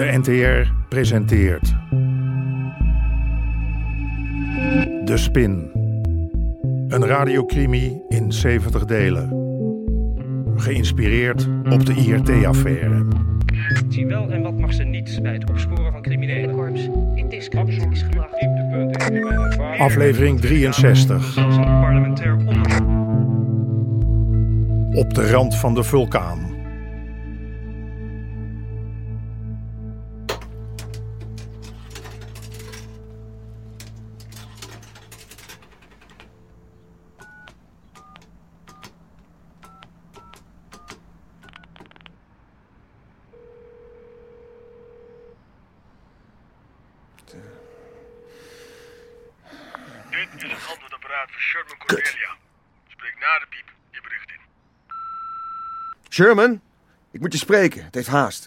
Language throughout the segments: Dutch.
De NTR presenteert De Spin. Een radiocrimi in 70 delen. Geïnspireerd op de IRT-affaire. Zie wel en wat mag ze niet bij het opsporen van criminelen. Korps indiscreet is gebracht. Dieptepunten in mijn ervaring. Aflevering 63. Zelfs een parlementair onderzoek. Op de rand van de vulkaan. Dit is het antwoordapparaat voor Sherman Cornelia. Spreek na de piep je bericht in. Sherman, ik moet je spreken. Het heeft haast.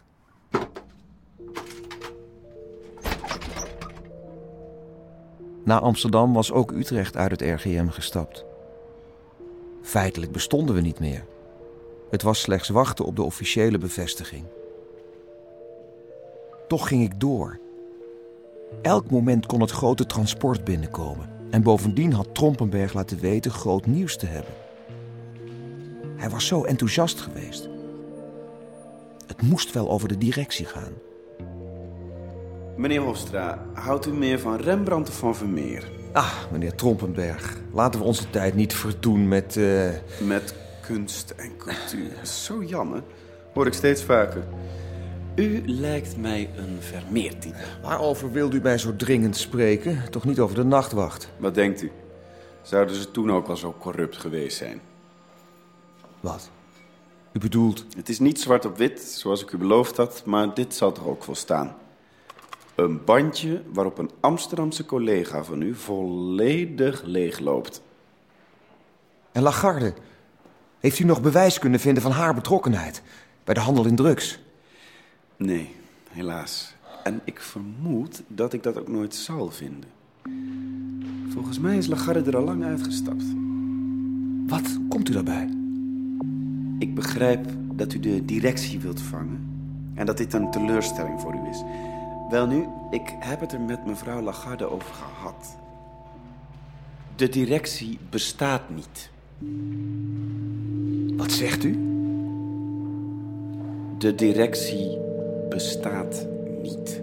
Na Amsterdam was ook Utrecht uit het RGM gestapt. Feitelijk bestonden we niet meer. Het was slechts wachten op de officiële bevestiging. Toch ging ik door. Elk moment kon het grote transport binnenkomen. En bovendien had Trompenberg laten weten groot nieuws te hebben. Hij was zo enthousiast geweest. Het moest wel over de directie gaan. Meneer Hofstra, houdt u meer van Rembrandt of van Vermeer? Meneer Trompenberg, laten we onze tijd niet verdoen met... Met kunst en cultuur. Zo jammer. Hoor ik steeds vaker. U lijkt mij een Vermeer-type. Waarover wilde u mij zo dringend spreken? Toch niet over de nachtwacht? Wat denkt u? Zouden ze toen ook wel zo corrupt geweest zijn? Wat? U bedoelt... Het is niet zwart op wit, zoals ik u beloofd had, maar dit zal toch ook volstaan. Een bandje waarop een Amsterdamse collega van u volledig leegloopt. En Lagarde? Heeft u nog bewijs kunnen vinden van haar betrokkenheid bij de handel in drugs? Nee, helaas. En ik vermoed dat ik dat ook nooit zal vinden. Volgens mij is Lagarde er al lang uitgestapt. Wat? Hoe komt u daarbij? Ik begrijp dat u de directie wilt vangen en dat dit een teleurstelling voor u is. Welnu, ik heb het er met mevrouw Lagarde over gehad. De directie bestaat niet. Wat zegt u? De directie bestaat niet.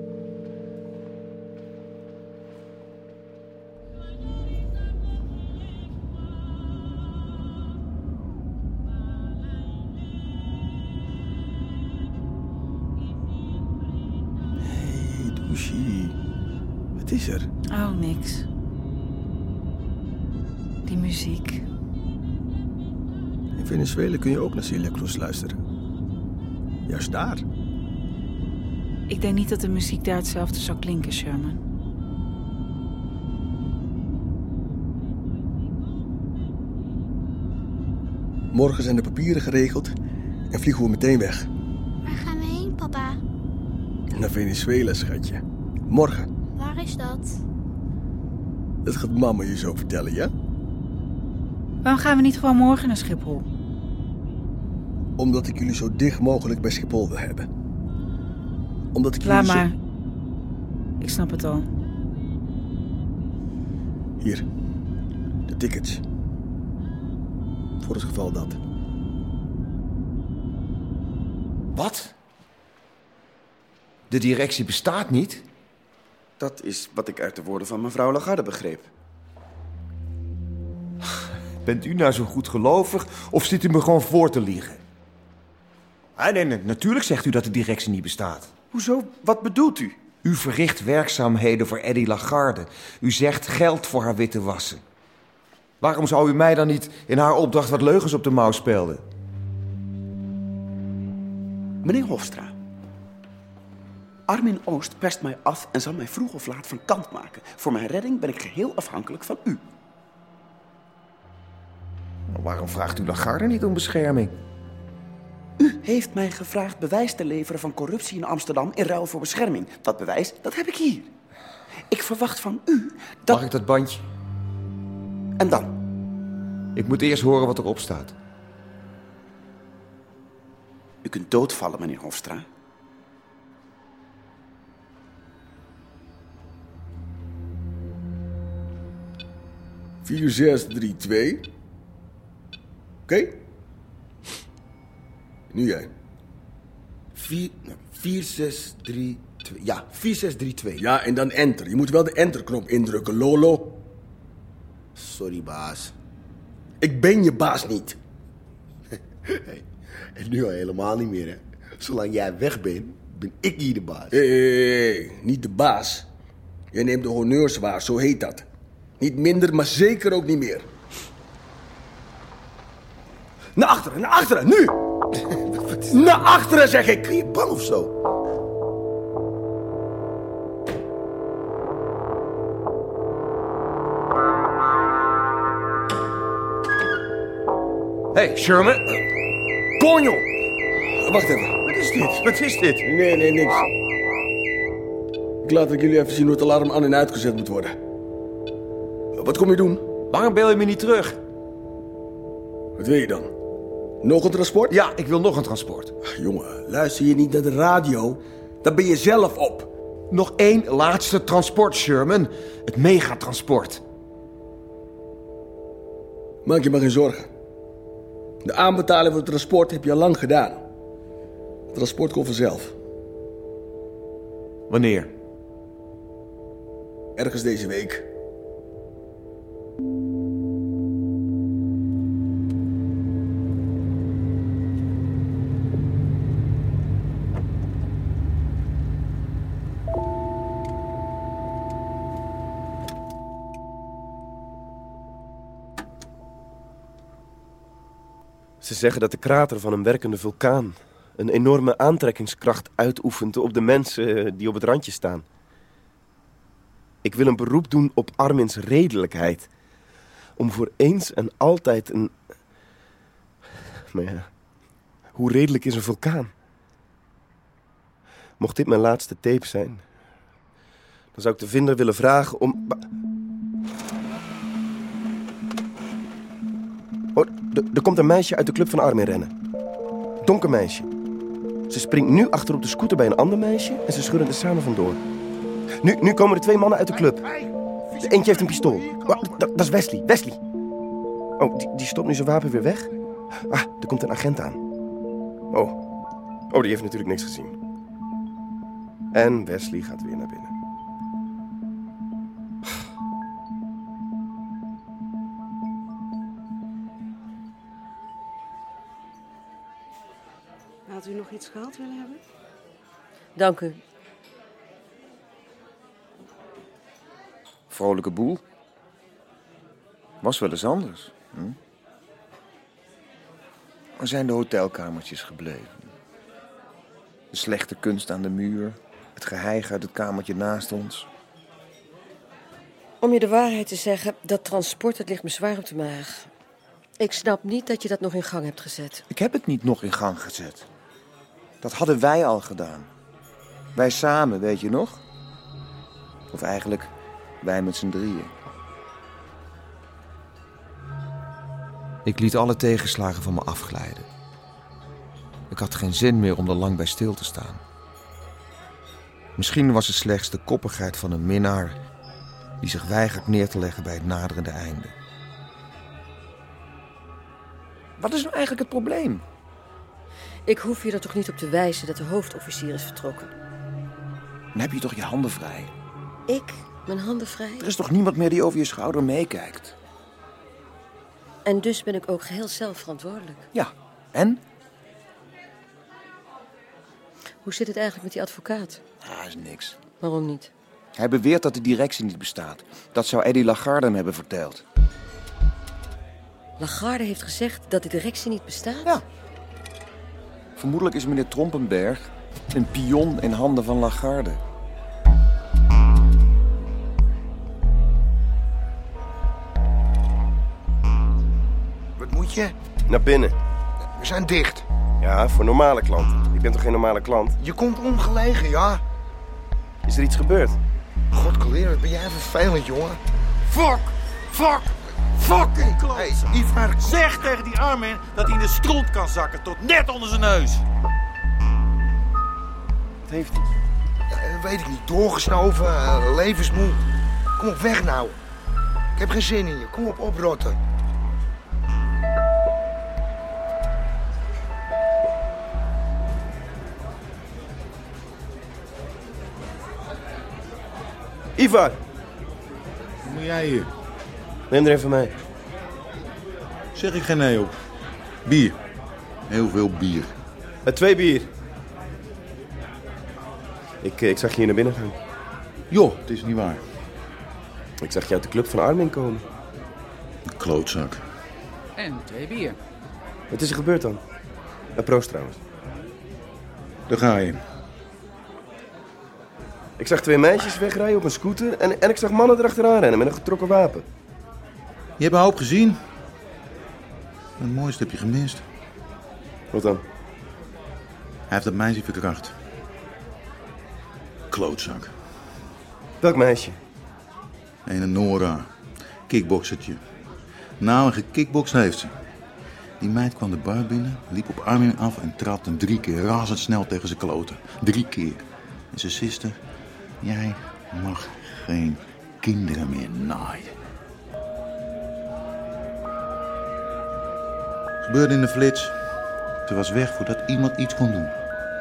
Hey, douchie. Wat is er? Oh, niks. Die muziek. In Venezuela kun je ook naar Celia Cruz luisteren. Juist daar. Ik denk niet dat de muziek daar hetzelfde zou klinken, Sherman. Morgen zijn de papieren geregeld en vliegen we meteen weg. Waar gaan we heen, papa? Naar Venezuela, schatje. Morgen. Waar is dat? Dat gaat mama je zo vertellen, ja? Waarom gaan we niet gewoon morgen naar Schiphol? Omdat ik jullie zo dicht mogelijk bij Schiphol wil hebben. Omdat ik Laat jullie maar. Ik snap het al. Hier. De tickets. Voor het geval dat. Wat? De directie bestaat niet? Dat is wat ik uit de woorden van mevrouw Lagarde begreep. Bent u nou zo goedgelovig of zit u me gewoon voor te liegen? Nee, natuurlijk zegt u dat de directie niet bestaat. Hoezo? Wat bedoelt u? U verricht werkzaamheden voor Eddy Lagarde. U zegt geld voor haar witte wassen. Waarom zou u mij dan niet in haar opdracht wat leugens op de mouw spelden? Meneer Hofstra. Armin Oost perst mij af en zal mij vroeg of laat van kant maken. Voor mijn redding ben ik geheel afhankelijk van u. Maar waarom vraagt u Lagarde niet om bescherming? U heeft mij gevraagd bewijs te leveren van corruptie in Amsterdam in ruil voor bescherming. Dat bewijs, dat heb ik hier. Ik verwacht van u dat... Mag ik dat bandje? En dan? Ik moet eerst horen wat erop staat. U kunt doodvallen, meneer Hofstra. 4632. Oké? Nu jij. 4632. Ja, 4632. Ja, en dan enter. Je moet wel de enterknop indrukken, Lolo. Sorry, baas. Ik ben je baas niet. Hey, en nu al helemaal niet meer, hè. Zolang jij weg bent, ben ik hier de baas. Hé, niet de baas. Jij neemt de honneurs waar, zo heet dat. Niet minder, maar zeker ook niet meer. Naar achteren, nu! Naar achteren, zeg ik! Ben je bang of zo? Hey, Sherman. Konjo! Wacht even. Wat is dit? Nee, niks. Ik laat jullie even zien hoe het alarm aan en uitgezet moet worden. Wat kom je doen? Waarom bel je me niet terug? Wat wil je dan? Nog een transport? Ja, ik wil nog een transport. Jongen, luister je niet naar de radio? Dan ben je zelf op. Nog 1 laatste transport, Sherman. Het megatransport. Maak je maar geen zorgen. De aanbetaling voor het transport heb je al lang gedaan. Het transport komt vanzelf. Wanneer? Ergens deze week. Ze zeggen dat de krater van een werkende vulkaan een enorme aantrekkingskracht uitoefent op de mensen die op het randje staan. Ik wil een beroep doen op Armin's redelijkheid. Om voor eens en altijd een... Maar ja, hoe redelijk is een vulkaan? Mocht dit mijn laatste tape zijn, dan zou ik de vinder willen vragen om... Oh, er komt een meisje uit de club van Armin rennen. Donker meisje. Ze springt nu achter op de scooter bij een ander meisje en ze schudden er samen vandoor. Nu komen er 2 mannen uit de club. De eentje heeft een pistool. Oh, dat is Wesley. Wesley. Oh, die stopt nu zijn wapen weer weg. Ah, er komt een agent aan. Oh, die heeft natuurlijk niks gezien. En Wesley gaat weer naar binnen. Had u nog iets gehad willen hebben? Dank u. Vrolijke boel. Was wel eens anders. Waar zijn de hotelkamertjes gebleven? De slechte kunst aan de muur. Het geheig uit het kamertje naast ons. Om je de waarheid te zeggen, dat transport, het ligt me zwaar op de maag. Ik snap niet dat je dat nog in gang hebt gezet. Ik heb het niet nog in gang gezet. Dat hadden wij al gedaan. Wij samen, weet je nog? Of eigenlijk, wij met z'n drieën. Ik liet alle tegenslagen van me afglijden. Ik had geen zin meer om er lang bij stil te staan. Misschien was het slechts de koppigheid van een minnaar die zich weigert neer te leggen bij het naderende einde. Wat is nou eigenlijk het probleem? Ik hoef je er toch niet op te wijzen dat de hoofdofficier is vertrokken? Dan heb je toch je handen vrij? Ik? Mijn handen vrij? Er is toch niemand meer die over je schouder meekijkt? En dus ben ik ook geheel zelf verantwoordelijk. Ja, en? Hoe zit het eigenlijk met die advocaat? Ah, is niks. Waarom niet? Hij beweert dat de directie niet bestaat. Dat zou Eddie Lagarde hem hebben verteld. Lagarde heeft gezegd dat de directie niet bestaat? Ja. Vermoedelijk is meneer Trompenberg een pion in handen van Lagarde. Wat moet je? Naar binnen. We zijn dicht. Ja, voor normale klanten. Ik ben toch geen normale klant? Je komt ongelegen, ja. Is er iets gebeurd? Godkeleer, wat ben jij vervelend, jongen. Fucking klootzak. Hey, Ivar, zeg tegen die Armin dat hij in de stront kan zakken tot net onder zijn neus. Wat heeft hij? Ja, weet ik niet. Doorgesnoven, levensmoe. Kom op, weg nou. Ik heb geen zin in je. Kom op, oprotten. Ivar! Wat moet jij hier? Neem er even mee. Zeg ik geen nee op. Bier. Heel veel bier. 2 bier. Ik zag je hier naar binnen gaan. Joh, het is niet waar. Ik zag je uit de club van Armin komen. Een klootzak. En 2 bier. Wat is er gebeurd dan? Proost trouwens. Daar ga je. Ik zag 2 meisjes wegrijden op een scooter en ik zag mannen erachteraan rennen met een getrokken wapen. Je hebt een hoop gezien. Het mooiste heb je gemist. Wat dan? Hij heeft dat meisje verkracht. Klootzak. Welk meisje? Een Nora. Kickboksertje. Nou, een gekickbokst heeft ze. Die meid kwam de bar binnen, liep op Armin af en trapte hem 3 keer razendsnel tegen zijn kloten. 3 keer. En ze siste, jij mag geen kinderen meer naaien. Gebeurde in de flits. Ze was weg voordat iemand iets kon doen.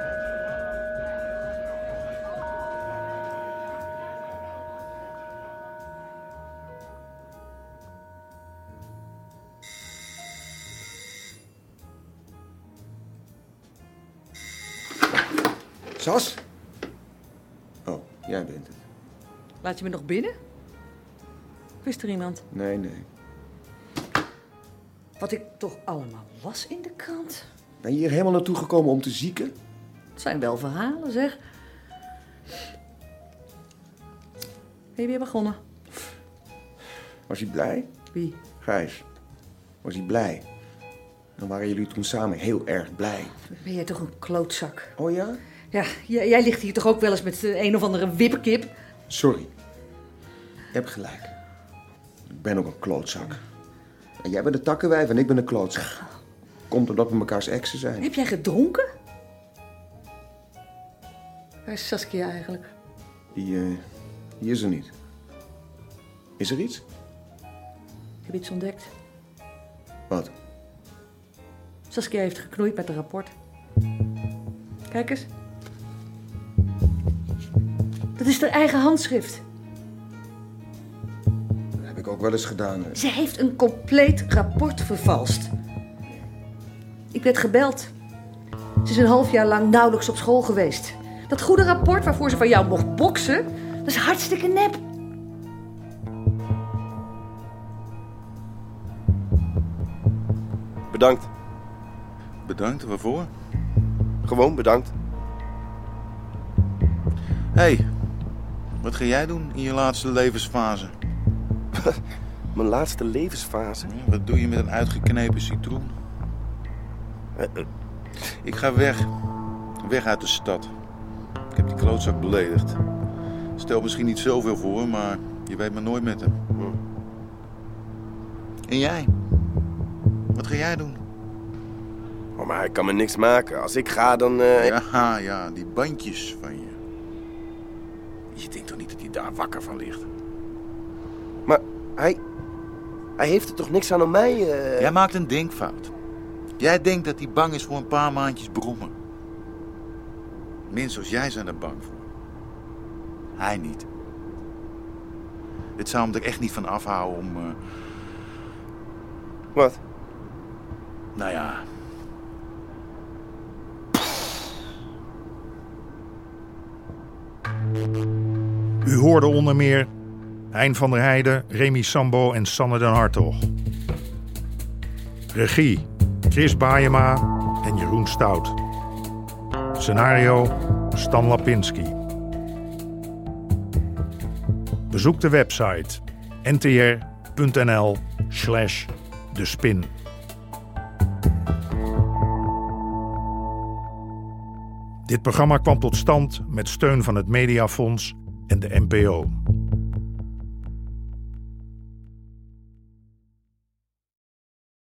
Sas? Oh, jij bent het. Laat je me nog binnen? Of is er iemand? Nee. Wat ik toch allemaal las in de krant? Ben je hier helemaal naartoe gekomen om te zieken? Het zijn wel verhalen, zeg. Ben je weer begonnen? Was hij blij? Wie? Gijs. Was hij blij? Dan waren jullie toen samen heel erg blij. Ben jij toch een klootzak? Oh ja? Ja, jij ligt hier toch ook wel eens met een of andere wipperkip? Sorry. Je hebt gelijk. Ik ben ook een klootzak. En jij bent de takkenwijf en ik ben de klootzak. Komt omdat we mekaars exen zijn. Heb jij gedronken? Waar is Saskia eigenlijk? Die is er niet. Is er iets? Heb je iets ontdekt? Wat? Saskia heeft geknoeid met een rapport. Kijk eens. Dat is haar eigen handschrift. Dat heb ik ook wel eens gedaan. Hè. Ze heeft een compleet rapport vervalst. Ik werd gebeld. Ze is een half jaar lang nauwelijks op school geweest. Dat goede rapport waarvoor ze van jou mocht boksen, dat is hartstikke nep. Bedankt. Bedankt, waarvoor? Gewoon bedankt. Hé, wat ga jij doen in je laatste levensfase? Mijn laatste levensfase? Wat doe je met een uitgeknepen citroen? Ik ga weg. Weg uit de stad. Ik heb die klootzak beledigd. Stel misschien niet zoveel voor, maar je weet maar nooit met hem. En jij? Wat ga jij doen? Oh, maar ik kan me niks maken. Als ik ga, dan... Ja, die bandjes van je. Je denkt toch niet dat hij daar wakker van ligt? Maar hij heeft er toch niks aan mij? Jij maakt een denkfout. Jij denkt dat hij bang is voor een paar maandjes brommen. Mensen zoals jij zijn er bang voor. Hij niet. Dit zou hem er echt niet van afhouden om... Wat? Nou ja... U hoorde onder meer Hein van der Heijden, Remy Sambo en Sanne den Hartog. Regie Chris Baayema en Jeroen Stout. Scenario Stan Lapinski. Bezoek de website ntr.nl/despin. Dit programma kwam tot stand met steun van het Mediafonds en de NPO.